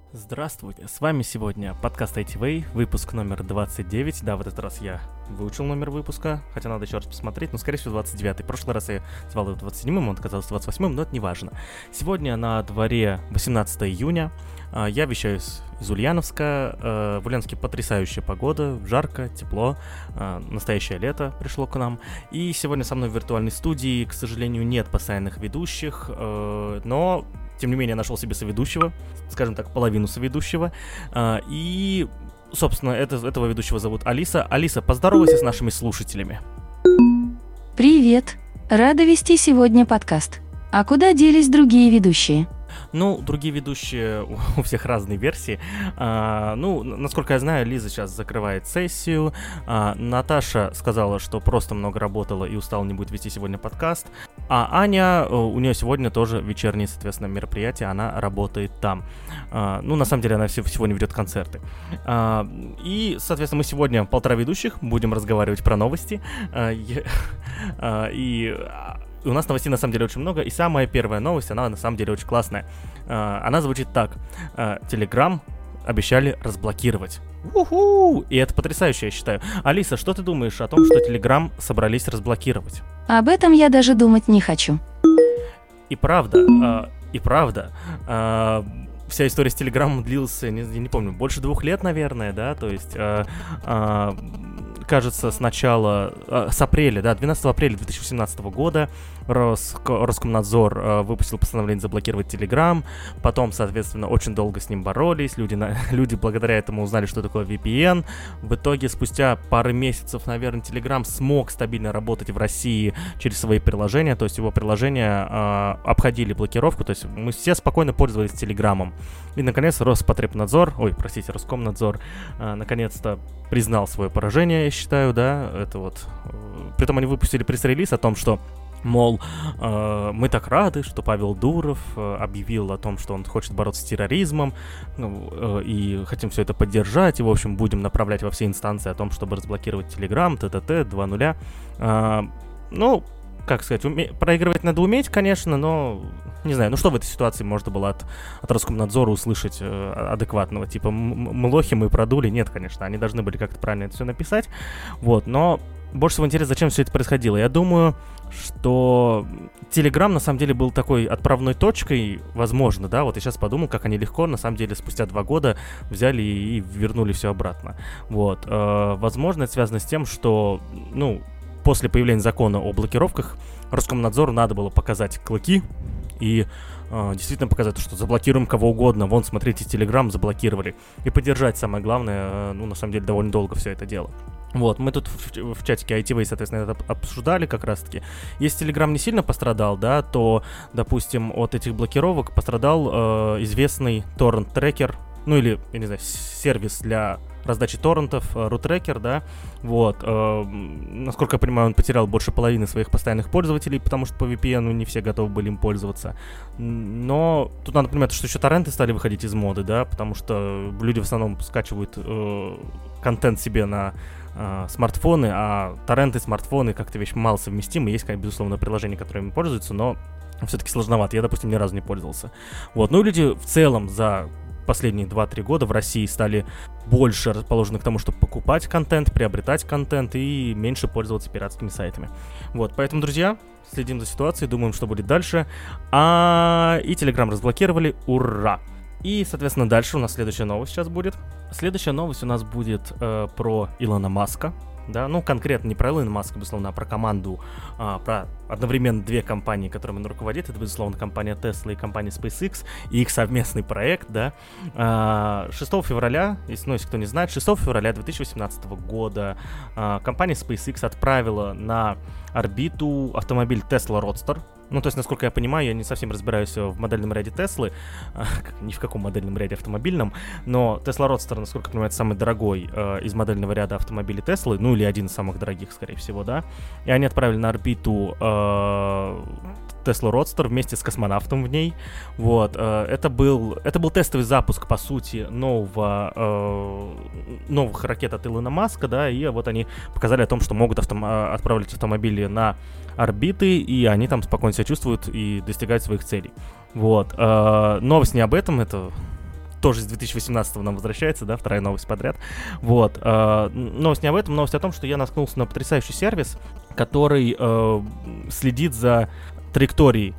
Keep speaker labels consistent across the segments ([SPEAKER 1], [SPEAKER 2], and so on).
[SPEAKER 1] Здравствуйте, с вами сегодня подкаст ITV, выпуск номер 29. Да, в этот раз я выучил номер выпуска, хотя надо еще раз посмотреть, но скорее всего 29-й. В прошлый раз я звал его 27-м, он оказался 28-м, но это не важно. Сегодня на дворе 18 июня, я вещаю из Ульяновска. В Ульяновске потрясающая погода, жарко, тепло, настоящее лето пришло к нам. И сегодня со мной в виртуальной студии, к сожалению, нет постоянных ведущих, но... Тем не менее, я нашел себе соведущего, скажем так, половину соведущего. И, собственно, этого ведущего зовут Алиса. Алиса, поздоровайся с нашими слушателями.
[SPEAKER 2] Привет! Рада вести сегодня подкаст. А куда делись другие ведущие?
[SPEAKER 1] Ну, другие ведущие, у всех разные версии. Насколько я знаю, Лиза сейчас закрывает сессию. Наташа сказала, что просто много работала и устала, не будет вести сегодня подкаст. А Аня, у нее сегодня тоже вечернее, соответственно, мероприятие, она работает там. На самом деле, она сегодня ведет концерты. И, соответственно, мы сегодня полтора ведущих будем разговаривать про новости. И у нас новостей на самом деле очень много, и самая первая новость, она на самом деле очень классная. Она звучит так. Telegram обещали разблокировать. У-ху! И это потрясающе, я считаю. Алиса, что ты думаешь о том, что Telegram собрались разблокировать?
[SPEAKER 2] Об этом я даже думать не хочу.
[SPEAKER 1] И правда. Вся история с Телеграмом длилась, я не помню, больше 2 лет, наверное, да, то есть, кажется, с апреля, да, 12 апреля 2017 года Роскомнадзор выпустил постановление заблокировать Telegram, потом, соответственно, очень долго с ним боролись, люди благодаря этому узнали, что такое VPN, в итоге, спустя пару месяцев, наверное, Telegram смог стабильно работать в России через свои приложения, то есть его приложения обходили блокировку, то есть мы все спокойно пользовались Телеграмом. И, наконец, Роскомнадзор, наконец-то признал свое поражение, я считаю, да, это вот. Притом они выпустили пресс-релиз о том, что, мол, мы так рады, что Павел Дуров объявил о том, что он хочет бороться с терроризмом, и хотим все это поддержать, и, в общем, будем направлять во все инстанции о том, чтобы разблокировать Telegram, ТТТ, 2.0. Как сказать, проигрывать надо уметь, конечно, но не знаю, что в этой ситуации можно было от Роскомнадзора услышать адекватного, типа мы лохи, мы продули. Нет, конечно, они должны были как-то правильно это все написать, вот, но больше всего интересно, зачем все это происходило. Я думаю, что Telegram на самом деле был такой отправной точкой, возможно, да, вот я сейчас подумал, как они легко, на самом деле, спустя 2 года взяли и вернули все обратно, вот, возможно, это связано с тем, что, после появления закона о блокировках Роскомнадзору надо было показать клыки и действительно показать, что заблокируем кого угодно. Вон, смотрите, Telegram заблокировали. И поддержать, самое главное, на самом деле, довольно долго все это дело. Вот, мы тут в чатике ITV, соответственно, это обсуждали как раз-таки. Если Telegram не сильно пострадал, да, то, допустим, от этих блокировок пострадал известный торрент-трекер, или, я не знаю, сервис для раздачи торрентов, RootTracker, да, вот, насколько я понимаю, он потерял больше половины своих постоянных пользователей, потому что по VPN не все готовы были им пользоваться, но тут надо понимать, что еще торренты стали выходить из моды, да, потому что люди в основном скачивают контент себе на смартфоны, а торренты, смартфоны как-то вещь мало совместимы, есть, безусловно, приложения, которыми пользуются, но все-таки сложновато, я, допустим, ни разу не пользовался, вот, люди в целом за последние 2-3 года в России стали больше расположены к тому, чтобы покупать контент, приобретать контент и меньше пользоваться пиратскими сайтами. Вот, поэтому, друзья, следим за ситуацией, думаем, что будет дальше. И Telegram разблокировали, ура! И, соответственно, дальше у нас следующая новость сейчас будет. Следующая новость у нас будет про Илона Маска. Да, конкретно не про Илона Маска, безусловно, а про команду, про одновременно 2 компании, которыми он руководит. Это, безусловно, компания Tesla и компания SpaceX, и их совместный проект, да. 6 февраля, если кто не знает, 6 февраля 2018 года компания SpaceX отправила на орбиту автомобиль Tesla Roadster. То есть, насколько я понимаю, я не совсем разбираюсь в модельном ряде Теслы, ни в каком модельном ряде автомобильном, но Tesla Roadster, насколько я понимаю, это самый дорогой из модельного ряда автомобилей Теслы, или один из самых дорогих, скорее всего, да. И они отправили на орбиту Tesla Roadster вместе с космонавтом в ней. Вот, это был тестовый запуск, по сути, новых ракет от Илона Маска, да, и вот они показали о том, что могут отправлять автомобили на орбиты, и они там спокойно себя чувствуют и достигают своих целей. Вот, новость не об этом, это тоже с 2018 нам возвращается, да, вторая новость подряд. Вот. Новость не об этом, новость о том, что я наткнулся на потрясающий сервис, который следит за траекторией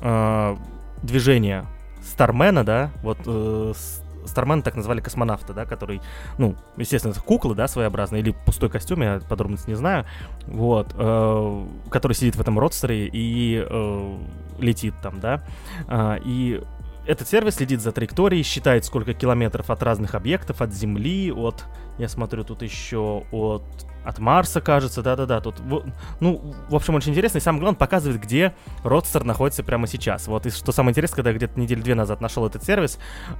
[SPEAKER 1] движения Стармена, да, вот Стармена так назвали космонавта, да, который, ну, естественно, это кукла, да, своеобразная, или пустой костюм, я подробности не знаю, вот, который сидит в этом родстере и летит там, да, и этот сервис следит за траекторией, считает, сколько километров от разных объектов, от Земли, от, я смотрю, тут еще от Марса, кажется, да-да-да, тут, ну, в общем, очень интересно, и самое главное, показывает, где родстер находится прямо сейчас. Вот, и что самое интересное, когда я где-то недели-две назад нашел этот сервис,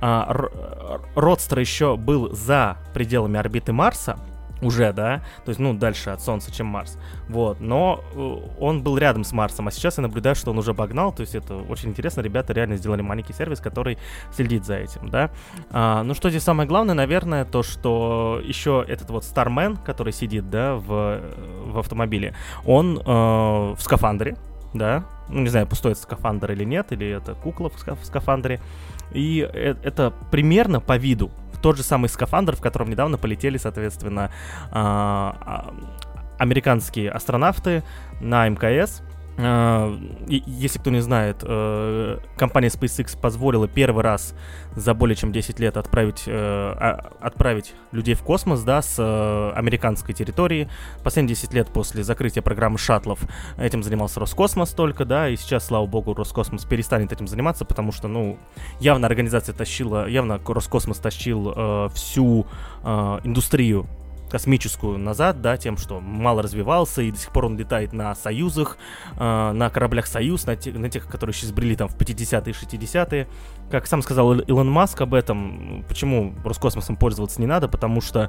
[SPEAKER 1] родстер еще был за пределами орбиты Марса, уже, да, то есть, ну, дальше от Солнца, чем Марс, вот, но он был рядом с Марсом, а сейчас я наблюдаю, что он уже обогнал, то есть это очень интересно, ребята реально сделали маленький сервис, который следит за этим, да. Ну, что здесь самое главное, наверное, то, что еще этот вот Starman, который сидит, да, в автомобиле, он в скафандре, да, ну, не знаю, пустой это скафандр или нет, или это кукла в скафандре, и это примерно по виду тот же самый скафандр, в котором недавно полетели, соответственно, американские астронавты на МКС. Если кто не знает, компания SpaceX позволила первый раз за более чем 10 лет отправить людей в космос, да, с американской территории. Последние 10 лет после закрытия программы шаттлов этим занимался Роскосмос только, да, и сейчас, слава богу, Роскосмос перестанет этим заниматься, потому что, ну, явно Роскосмос тащил всю индустрию космическую назад, да, тем, что мало развивался, и до сих пор он летает на союзах, на кораблях «Союз», на тех, которые еще изобрели там в 50-е и 60-е. Как сам сказал Илон Маск об этом, почему Роскосмосом пользоваться не надо, потому что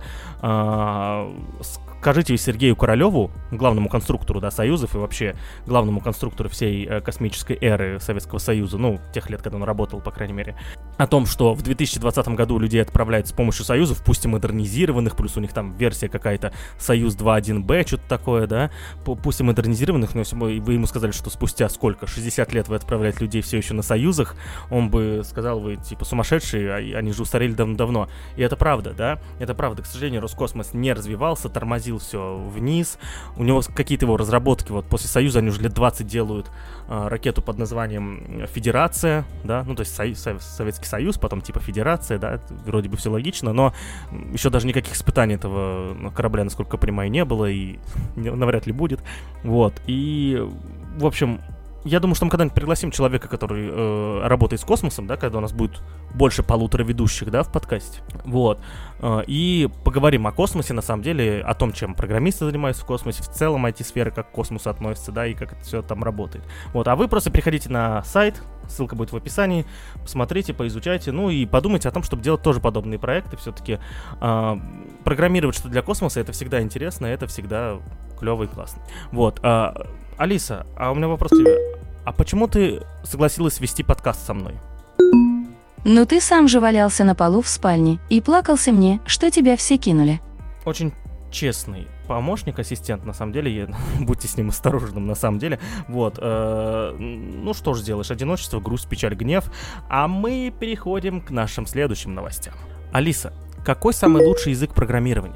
[SPEAKER 1] скажите Сергею Королеву, главному конструктору, да, союзов и вообще главному конструктору всей космической эры Советского Союза, ну, тех лет, когда он работал, по крайней мере, о том, что в 2020 году людей отправляют с помощью союзов, пусть и модернизированных, плюс у них там версия какая-то Союз 2.1b, что-то такое, да, пусть и модернизированных, но если бы вы ему сказали, что спустя сколько, 60 лет вы отправляете людей все еще на союзах, он бы сказал, вы типа сумасшедшие, они же устарели давно. И это правда, да, это правда. К сожалению, Роскосмос не развивался, тормозил все вниз, у него какие-то его разработки, вот после Союза они уже лет 20 делают ракету под названием Федерация, да, ну то есть Советский Союз, потом типа Федерация, да, вроде бы все логично, но еще даже никаких испытаний этого корабля, насколько я понимаю, не было и навряд ли будет, вот, и в общем, я думаю, что мы когда-нибудь пригласим человека, который работает с космосом, да, когда у нас будет больше 1,5 ведущих, да, в подкасте, вот, и поговорим о космосе, на самом деле, о том, чем программисты занимаются в космосе, в целом IT-сферы, как к космосу относятся, да, и как это все там работает. Вот, а вы просто приходите на сайт, ссылка будет в описании, посмотрите, поизучайте, ну и подумайте о том, чтобы делать тоже подобные проекты, все-таки программировать что-то для космоса, это всегда интересно, это всегда клево и классно. Вот, Алиса, а у меня вопрос к тебе. А почему ты согласилась вести подкаст со мной?
[SPEAKER 2] Ну ты сам же валялся на полу в спальне и плакался мне, что тебя все кинули.
[SPEAKER 1] Очень честный помощник, ассистент, на самом деле, будьте с ним осторожным, на самом деле. Вот, ну что ж делаешь, одиночество, грусть, печаль, гнев. А мы переходим к нашим следующим новостям. Алиса, какой самый лучший язык программирования?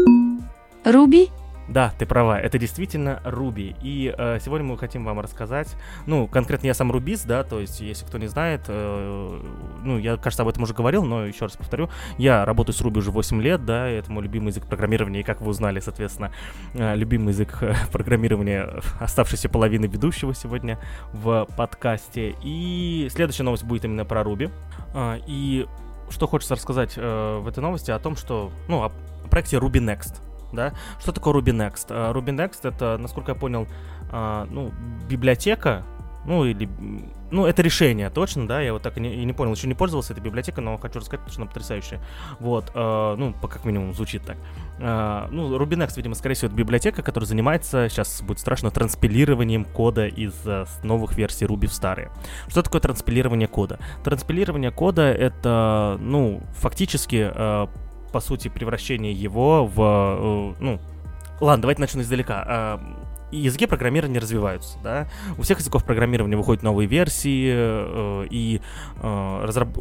[SPEAKER 2] Руби?
[SPEAKER 1] Да, ты права, это действительно Ruby. И сегодня мы хотим вам рассказать, ну, конкретно я сам рубист, да, то есть, если кто не знает, ну, я, кажется, об этом уже говорил, но еще раз повторю, я работаю с Ruby уже 8 лет, да, и это мой любимый язык программирования, и, как вы узнали, соответственно, любимый язык программирования оставшейся половины ведущего сегодня в подкасте. И следующая новость будет именно про Ruby. И что хочется рассказать в этой новости о том, что, ну, о проекте Ruby Next. Да? Что такое Ruby Next? Ruby Next — это, насколько я понял, ну, библиотека, ну, или, ну, это решение, точно, да, я вот так и не понял, еще не пользовался этой библиотекой, но хочу рассказать, потому что она потрясающая, вот, ну, как минимум звучит так. Ну, Ruby Next, видимо, скорее всего, это библиотека, которая занимается, сейчас будет страшно, транспилированием кода из новых версий Ruby в старые. Что такое транспилирование кода? Транспилирование кода — это, ну, фактически, по сути, превращение его в, ну, ладно, давайте начну издалека. Языки программирования развиваются, да, у всех языков программирования выходят новые версии, и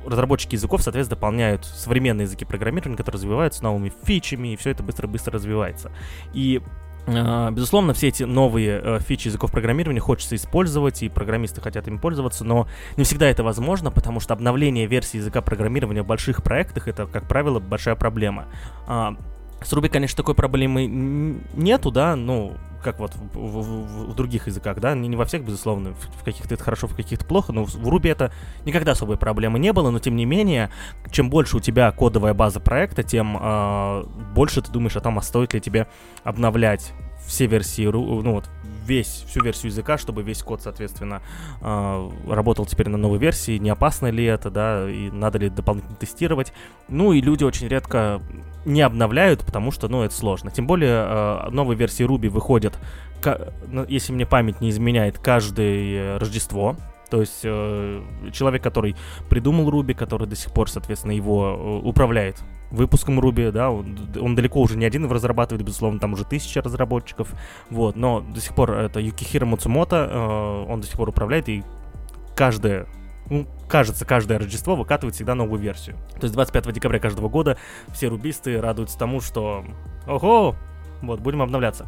[SPEAKER 1] разработчики языков, соответственно, дополняют современные языки программирования, которые развиваются новыми фичами, и все это быстро-быстро развивается. И безусловно, все эти новые фичи языков программирования хочется использовать, и программисты хотят ими пользоваться, но не всегда это возможно, потому что обновление версии языка программирования в больших проектах — это, как правило, большая проблема. С Ruby, конечно, такой проблемы нету, да, ну, как вот в других языках, да, не во всех, безусловно, в каких-то это хорошо, в каких-то плохо, но в Ruby это никогда особой проблемы не было, но тем не менее, чем больше у тебя кодовая база проекта, тем больше ты думаешь о том, а стоит ли тебе обновлять все версии, ну вот, всю версию языка, чтобы весь код, соответственно, работал теперь на новой версии, не опасно ли это, да, и надо ли дополнительно тестировать. Ну и люди очень редко не обновляют, потому что, ну, это сложно. Тем более, новые версии Ruby выходят, если мне память не изменяет, каждое Рождество. То есть человек, который придумал Ruby, который до сих пор, соответственно, его управляет выпуском Ruby, да, он далеко уже не один разрабатывает, безусловно, там уже 1000 разработчиков, вот, но до сих пор это Юкихиро Мацумото, он до сих пор управляет, и каждое Рождество выкатывает всегда новую версию. То есть 25 декабря каждого года все рубисты радуются тому, что ого, вот, будем обновляться.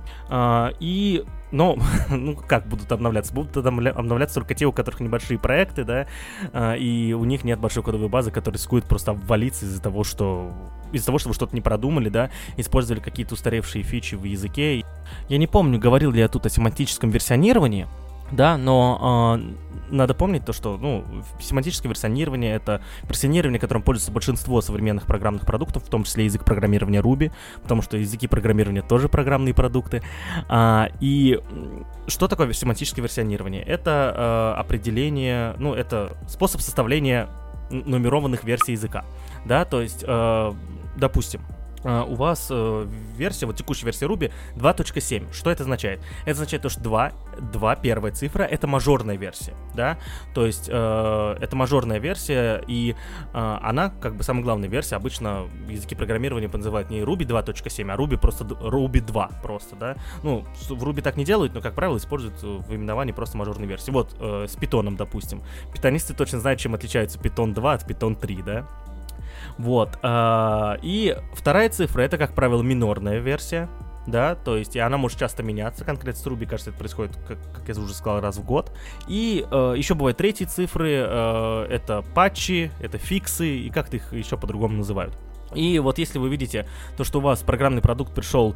[SPEAKER 1] Ну, как будут обновляться? Будут обновляться только те, у которых небольшие проекты, да, и у них нет большой кодовой базы, которая рискует просто обвалиться из-за того, что вы что-то не продумали, да, использовали какие-то устаревшие фичи в языке. Я не помню, говорил ли я тут о семантическом версионировании, да, но надо помнить то, что, ну, семантическое версионирование — это версионирование, которым пользуется большинство современных программных продуктов, в том числе язык программирования Ruby, потому что языки программирования тоже программные продукты. И что такое семантическое версионирование? Это определение, ну, это способ составления нумерованных версий языка, да, то есть, допустим, у вас версия, вот текущая версия Ruby 2.7. Что это означает? Это означает то, что 2 первая цифра — это мажорная версия, да? То есть это мажорная версия, и она, как бы, самая главная версия. Обычно языки программирования называют не Ruby 2.7, а Ruby 2 просто, да? Ну, в Ruby так не делают, но, как правило, используют в именовании просто мажорной версии. Вот с Python, допустим. Питонисты точно знают, чем отличается Python 2 от Python 3, да? Вот, и вторая цифра — это, как правило, минорная версия, да, то есть и она может часто меняться, конкретно с Ruby, кажется, это происходит, как я уже сказал, раз в год. И еще бывают третьи цифры, это патчи, это фиксы, и как-то их еще по-другому называют. И вот если вы видите то, что у вас программный продукт пришел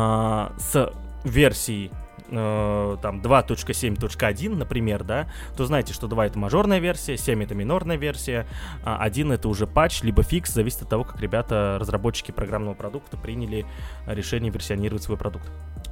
[SPEAKER 1] с версией там 2.7.1, например, да, то знаете, что 2 — это мажорная версия, 7 — это минорная версия, 1 — это уже патч, либо фикс, зависит от того, как ребята, разработчики программного продукта, приняли решение версионировать свой продукт.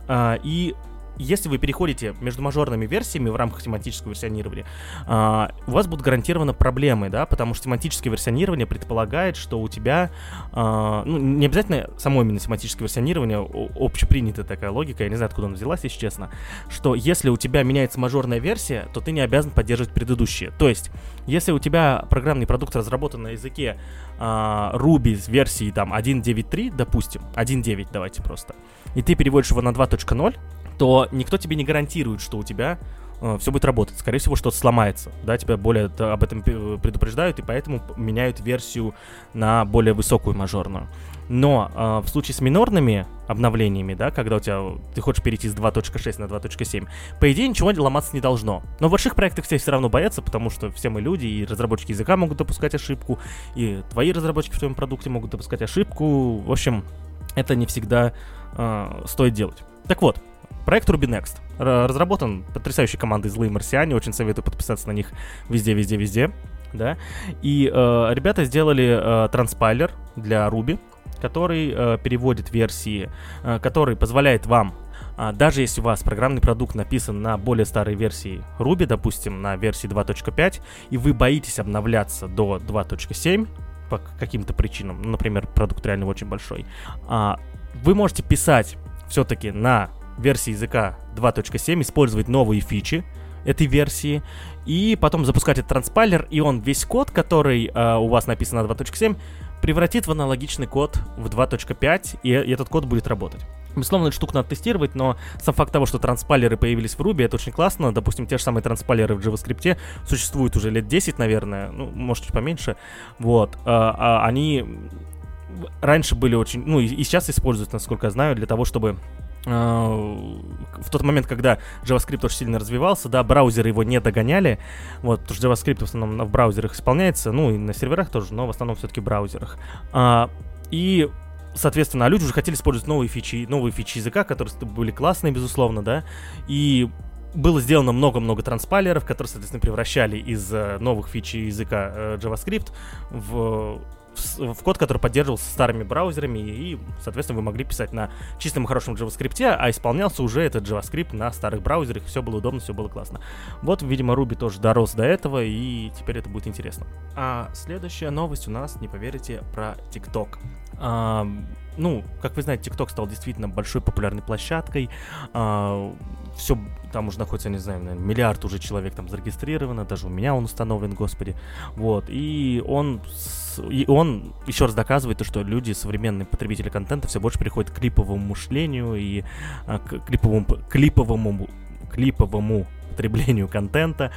[SPEAKER 1] И если вы переходите между мажорными версиями в рамках семантического версионирования, у вас будут гарантированно проблемы, да, потому что семантическое версионирование предполагает, что у тебя, ну, не обязательно само именно семантическое версионирование, общепринятая такая логика, я не знаю, откуда она взялась, если честно, что если у тебя меняется мажорная версия, то ты не обязан поддерживать предыдущие. То есть, если у тебя программный продукт разработан на языке Ruby с версией там 1.9.3, допустим, 1.9 давайте просто, и ты переводишь его на 2.0, то никто тебе не гарантирует, что у тебя все будет работать. Скорее всего, что-то сломается. Да, тебя более об этом предупреждают, и поэтому меняют версию на более высокую мажорную. Но в случае с минорными обновлениями, да, когда ты хочешь перейти с 2.6 на 2.7, по идее ничего ломаться не должно. Но в больших проектах все равно боятся, потому что все мы люди, и разработчики языка могут допускать ошибку, и твои разработчики в твоем продукте могут допускать ошибку. В общем, это не всегда стоит делать. Так вот, проект Ruby Next разработан потрясающей командой «Злые марсиане», очень советую подписаться на них везде, да. И ребята сделали транспайлер для Ruby, который переводит версии, который позволяет вам, даже если у вас программный продукт написан на более старой версии Ruby, допустим, на версии 2.5, и вы боитесь обновляться до 2.7 по каким-то причинам, например, продукт реально очень большой, вы можете писать все-таки на версии языка 2.7, использовать новые фичи этой версии, и потом запускать этот транспайлер, и он весь код, который у вас написан на 2.7, превратит в аналогичный код в 2.5, и этот код будет работать. Безусловно, эту штуку надо тестировать, но сам факт того, что транспайлеры появились в Ruby, это очень классно. Допустим, те же самые транспайлеры в JavaScript существуют уже лет 10, наверное, ну, может, чуть поменьше. Вот. Они раньше были очень... Ну, и сейчас используются, насколько я знаю, для того, чтобы... В тот момент, когда JavaScript очень сильно развивался, да, браузеры его не догоняли, вот, потому что JavaScript в основном в браузерах исполняется, ну, и на серверах тоже, но в основном все-таки в браузерах. И... Соответственно, люди уже хотели использовать новые фичи языка, которые были классные, безусловно, да, и было сделано много-много транспайлеров, которые, соответственно, превращали из новых фич языка JavaScript в код, который поддерживался старыми браузерами, и, соответственно, вы могли писать на чистом и хорошем JavaScript, а исполнялся уже этот JavaScript на старых браузерах, все было удобно, все было классно. Вот, видимо, Ruby тоже дорос до этого, и теперь это будет интересно. А следующая новость у нас, не поверите, про TikTok. Ну, как вы знаете, TikTok стал действительно большой популярной площадкой. Все, там уже находится, не знаю, наверное, миллиард уже человек там зарегистрировано, даже у меня он установлен, господи. Вот, и он еще раз доказывает то, что люди, современные потребители контента, все больше переходят к клиповому мышлению и к клиповому потреблению контента.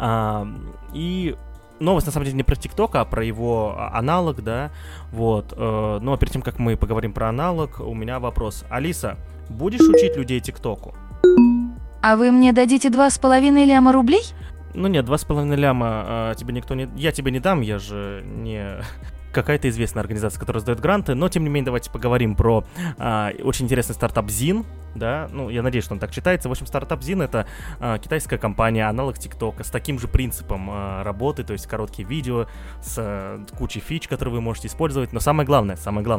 [SPEAKER 1] И новость, на самом деле, не про TikTok, а про его аналог, да, вот. Но перед тем, как мы поговорим про аналог, у меня вопрос. Алиса, будешь учить людей TikTok?
[SPEAKER 2] А вы мне дадите 2,5 ляма рублей?
[SPEAKER 1] Ну нет, 2,5 ляма тебе никто не... Я тебе не дам, я же не... какая-то известная организация, которая раздает гранты, но, тем не менее, давайте поговорим про очень интересный стартап Zin, да, ну, я надеюсь, что он так читается. В общем, стартап Zin — это китайская компания, аналог TikTok, с таким же принципом работы, то есть короткие видео с кучей фич, которые вы можете использовать, но самое главное,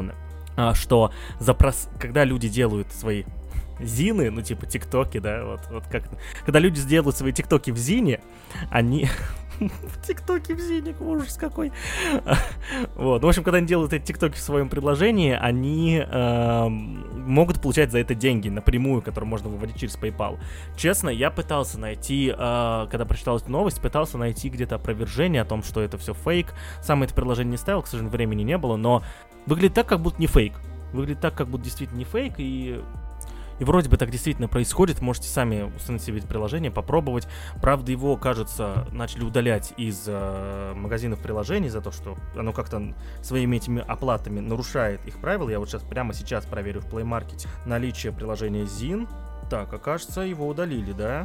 [SPEAKER 1] что когда люди делают свои зины, ну, типа тиктоки, да, вот как... Когда люди сделают свои тиктоки в Зине, они... В ТикТоке в Зине, ужас какой. Вот. Ну, в общем, когда они делают эти ТикТоки в своем предложении, они могут получать за это деньги напрямую, которые можно выводить через PayPal. Честно, я пытался найти, когда прочитал эту новость, пытался найти где-то опровержение о том, что это все фейк. Сам это приложение не ставил, к сожалению, времени не было, но выглядит так, как будто не фейк. Выглядит так, как будто действительно не фейк, и вроде бы так действительно происходит. Можете сами установить себе это приложение, попробовать. Правда, его, кажется, начали удалять из магазинов приложений за то, что оно как-то своими этими оплатами нарушает их правила. Я вот прямо сейчас проверю в Play Market наличие приложения Zin. Так, кажется, его удалили, да?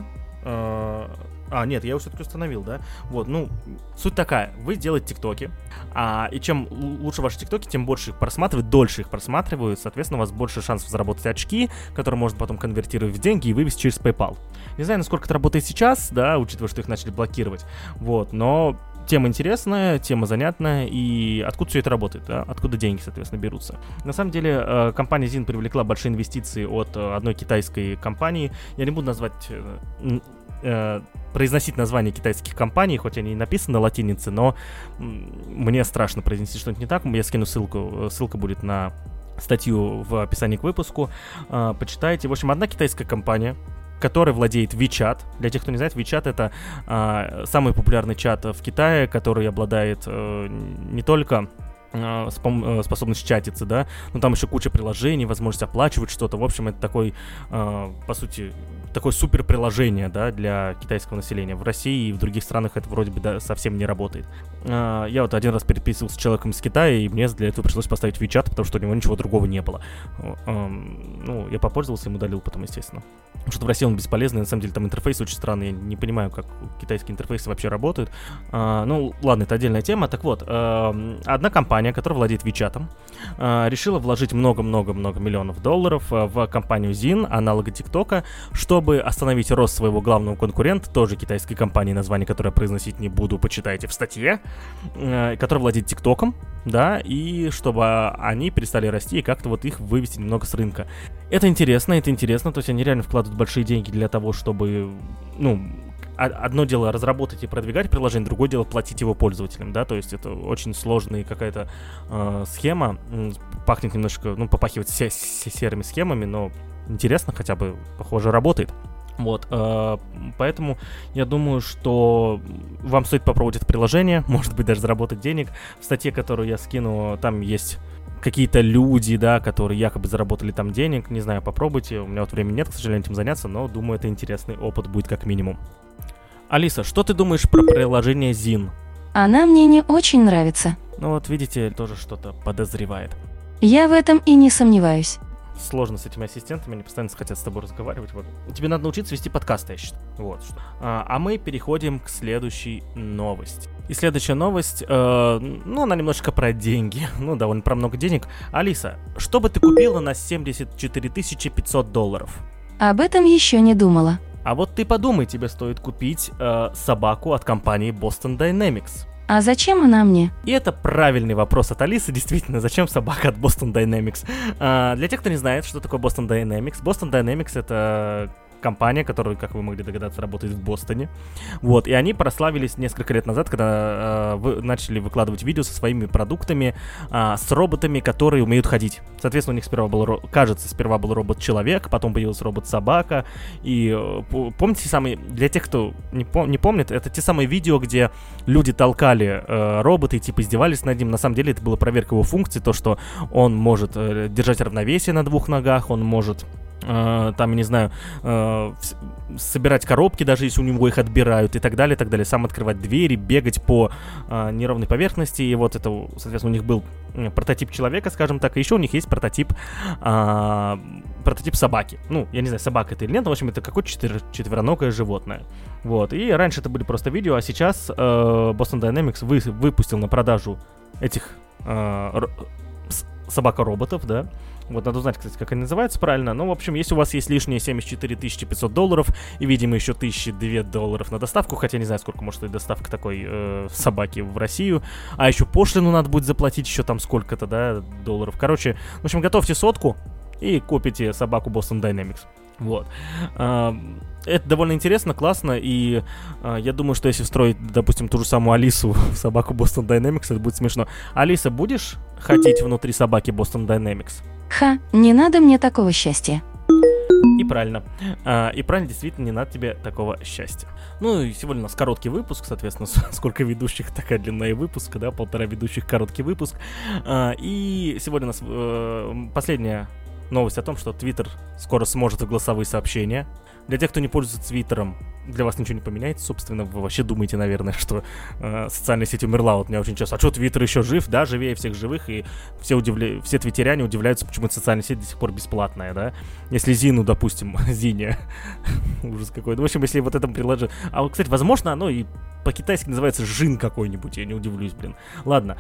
[SPEAKER 1] Нет, я его все-таки установил, да? Вот, ну, суть такая. Вы делаете тиктоки, и чем лучше ваши тиктоки, тем больше их просматривают, дольше их просматривают, соответственно, у вас больше шансов заработать очки, которые можно потом конвертировать в деньги и вывести через PayPal. Не знаю, насколько это работает сейчас, да, учитывая, что их начали блокировать, вот, но тема интересная, тема занятная, и откуда все это работает, да? Откуда деньги, соответственно, берутся. На самом деле, компания Zin привлекла большие инвестиции от одной китайской компании. Я не буду произносить название китайских компаний, хоть они и написаны на латинице, но мне страшно произнести что-нибудь не так. Я скину ссылку. Ссылка будет на статью в описании к выпуску. Почитайте. В общем, одна китайская компания, которая владеет WeChat. Для тех, кто не знает, WeChat — это самый популярный чат в Китае, который обладает не только способность чатиться, да, но там еще куча приложений, возможность оплачивать что-то. В общем, это такой, по сути, такое супер приложение, да, для китайского населения. В России и в других странах это вроде бы совсем не работает. Я вот один раз переписывался с человеком из Китая, и мне для этого пришлось поставить WeChat, потому что у него ничего другого не было. Ну, я попользовался им, удалил потом, естественно. Потому что в России он бесполезный, на самом деле там интерфейс очень странный, я не понимаю, как китайские интерфейсы вообще работают. Ну, ладно, это отдельная тема. Так вот, одна компания, которая владеет WeChat, решила вложить много-много-много миллионов долларов в компанию Zin, аналога ТикТока, чтобы остановить рост своего главного конкурента, тоже китайской компании, название которой я произносить не буду, почитайте в статье, которая владеет ТикТоком, да, и чтобы они перестали расти и как-то вот их вывести немного с рынка. Это интересно, то есть они реально вкладывают большие деньги для того, чтобы, ну, одно дело разработать и продвигать приложение, другое дело платить его пользователям, да, то есть это очень сложная какая-то схема, пахнет немножко, ну, попахивает серыми схемами, но интересно, хотя бы, похоже, работает. Вот, поэтому я думаю, что вам стоит попробовать это приложение, может быть, даже заработать денег. В статье, которую я скину, там есть какие-то люди, да, которые якобы заработали там денег. Не знаю, попробуйте. У меня вот времени нет, к сожалению, этим заняться, но думаю, это интересный опыт будет как минимум. Алиса, что ты думаешь про приложение Zin?
[SPEAKER 2] Она мне не очень нравится.
[SPEAKER 1] Ну вот видите, тоже что-то подозревает.
[SPEAKER 2] Я в этом и не сомневаюсь.
[SPEAKER 1] Сложно с этими ассистентами, они постоянно хотят с тобой разговаривать. Вот. Тебе надо научиться вести подкасты, я считаю. Вот что. А мы переходим к следующей новости. И следующая новость, она немножко про деньги. Ну, довольно про много денег. Алиса, что бы ты купила на $74 500?
[SPEAKER 2] Об этом еще не думала.
[SPEAKER 1] А вот ты подумай, тебе стоит купить собаку от компании Boston Dynamics.
[SPEAKER 2] А зачем она мне?
[SPEAKER 1] И это правильный вопрос от Алисы, действительно, зачем собака от Boston Dynamics? Для тех, кто не знает, что такое Boston Dynamics, это компания, которая, как вы могли догадаться, работает в Бостоне. Вот, и они прославились несколько лет назад, когда начали выкладывать видео со своими продуктами, с роботами, которые умеют ходить. Соответственно, у них сперва был робот-человек, потом появился робот-собака. И помните для тех, кто не помнит, это те самые видео, где люди толкали робота и типа издевались над ним. На самом деле это была проверка его функций, то, что он может держать равновесие на двух ногах, он может собирать коробки, даже если у него их отбирают и так далее, сам открывать двери, бегать по неровной поверхности, и вот это, соответственно, у них был прототип человека, скажем так, и еще у них есть прототип собаки. Ну, я не знаю, собака это или нет, но, в общем, это какое-то четвероногое животное. Вот, и раньше это были просто видео, а сейчас Boston Dynamics выпустил на продажу этих собака-роботов, да. Вот, надо узнать, кстати, как они называются правильно. Ну, в общем, если у вас есть лишние $74 500 и, видимо, еще $1002 на доставку, хотя не знаю, сколько может стоить доставка такой собаки в Россию, а еще пошлину надо будет заплатить еще там сколько-то, да, долларов. Короче, в общем, готовьте сотку и купите собаку Boston Dynamics. Вот. Это довольно интересно, классно, и я думаю, что если встроить, допустим, ту же самую Алису в собаку Boston Dynamics, это будет смешно. Алиса, будешь ходить внутри собаки Boston Dynamics?
[SPEAKER 2] Ха, не надо мне такого счастья.
[SPEAKER 1] И правильно. Действительно, не надо тебе такого счастья. Ну, и сегодня у нас короткий выпуск, соответственно, сколько ведущих, такая длина и выпуска, да, 1,5 ведущих, короткий выпуск. И сегодня у нас последняя новость о том, что Twitter скоро сможет в голосовые сообщения. Для тех, кто не пользуется Твиттером, для вас ничего не поменяется, собственно, вы вообще думаете, наверное, что социальная сеть умерла. Вот меня очень часто, а что, Твиттер еще жив? Да, живее всех живых, и все твиттеряне удивляются, почему эта социальная сеть до сих пор бесплатная, да? Если Зину, допустим, Зине, ужас какой-то. В общем, если вот это приложение... А вот, кстати, возможно, оно и по-китайски называется Жин какой-нибудь, я не удивлюсь, блин. Ладно,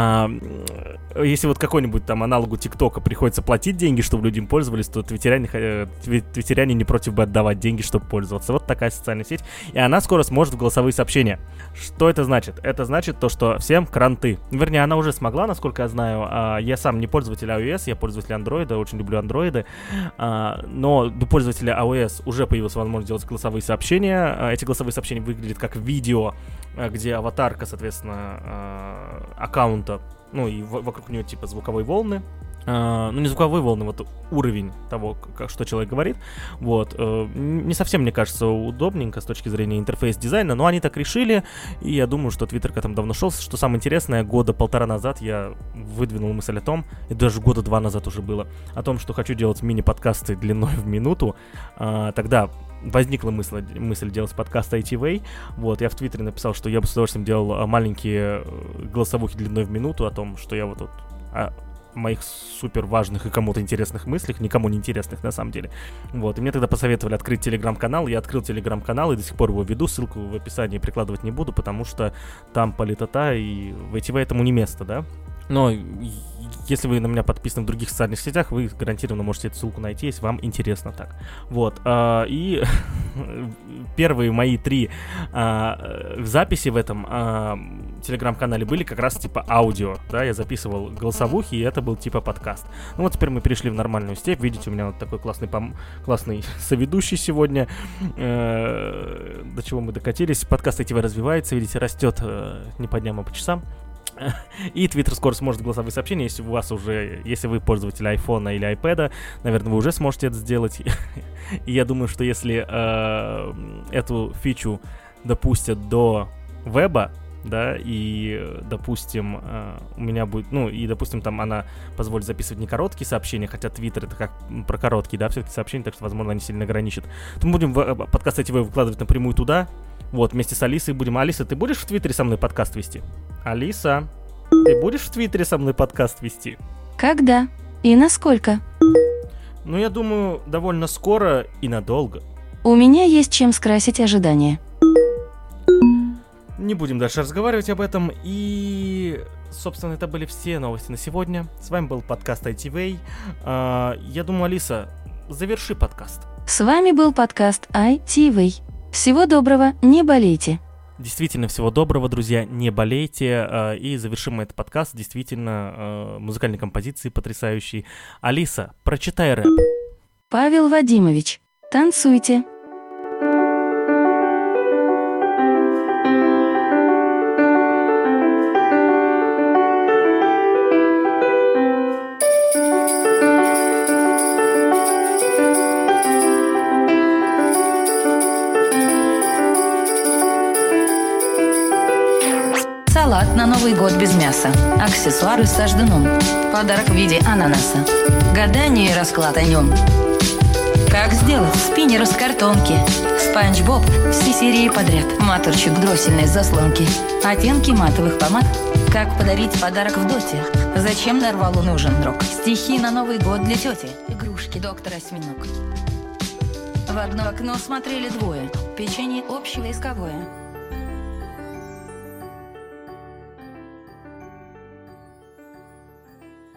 [SPEAKER 1] если вот какой-нибудь там аналогу ТикТока приходится платить деньги, чтобы люди им пользовались, то твиттеряне не против бы отдавать деньги, чтобы пользоваться. Вот такая социальная сеть, и она скоро сможет в голосовые сообщения. Что это значит? Это значит то, что всем кранты. Вернее, она уже смогла, насколько я знаю. Я сам не пользователь iOS, я пользователь Android, очень люблю андроиды. Но у пользователя iOS уже появилась возможность делать голосовые сообщения. Эти голосовые сообщения выглядят как видео, где аватарка, соответственно, аккаунта, ну и вокруг нее типа звуковой волны. Ну, не звуковые волны, вот уровень того, что человек говорит. Вот. Не совсем, мне кажется, удобненько с точки зрения интерфейс-дизайна, но они так решили, и я думаю, что Twitter к этому давно шел. Что самое интересное, 1.5 года назад я выдвинул мысль о том, и даже 2 года назад уже было, о том, что хочу делать мини-подкасты длиной в минуту. Тогда возникла мысль делать подкаст ITV. Вот, я в Твиттере написал, что я бы с удовольствием делал маленькие голосовухи длиной в минуту о том, что я вот тут... моих супер важных и кому-то интересных мыслях, никому не интересных на самом деле. Вот, и мне тогда посоветовали открыть телеграм-канал, я открыл телеграм-канал и до сих пор его веду, ссылку в описании прикладывать не буду, потому что там политота и в ITV этому не место, да. Но если вы на меня подписаны в других социальных сетях, вы гарантированно можете эту ссылку найти, если вам интересно так. Вот. И первые мои 3 записи в этом телеграм-канале были как раз типа аудио. Да, я записывал голосовухи, и это был типа подкаст. Ну вот теперь мы перешли в нормальную степь. Видите, у меня вот такой классный соведущий сегодня. До чего мы докатились. Подкаст ITV развивается, видите, растет не по дням, а по часам. И Twitter скоро сможет голосовые сообщения, если вы пользователь iPhone или iPad, наверное, вы уже сможете это сделать. И я думаю, что если эту фичу допустят до веба, да, и, допустим, у меня будет, и, допустим, там она позволит записывать не короткие сообщения, хотя Твиттер это как про короткие, да, все-таки сообщения, так что, возможно, они сильно ограничат. То мы будем подкаст ITV выкладывать напрямую туда, вот, вместе с Алисой будем. Алиса, ты будешь в Твиттере со мной подкаст вести? Алиса, ты будешь в Твиттере со мной подкаст вести?
[SPEAKER 2] Когда? И насколько?
[SPEAKER 1] Я думаю, довольно скоро и надолго.
[SPEAKER 2] У меня есть чем скрасить ожидания.
[SPEAKER 1] Не будем дальше разговаривать об этом. И, собственно, это были все новости на сегодня. С вами был подкаст ITV. Я думаю, Алиса, заверши подкаст.
[SPEAKER 2] С вами был подкаст ITV. Всего доброго, не болейте.
[SPEAKER 1] Действительно, всего доброго, друзья, не болейте. И завершим мы этот подкаст действительно музыкальной композицией потрясающей. Алиса, прочитай рэп.
[SPEAKER 2] Павел Вадимович, танцуйте.
[SPEAKER 3] Салат на Новый год без мяса. Аксессуары с ажданом. Подарок в виде ананаса. Гадание и расклад о нем. Как сделать спиннер из картонки? Спанч Боб все серии подряд. Моторчик дроссельной заслонки. Оттенки матовых помад. Как подарить подарок в доте? Зачем Нарвалу нужен дрог? Стихи на Новый год для тети. Игрушки доктора Осьминог. В одно окно смотрели двое. Печенье общевойсковое.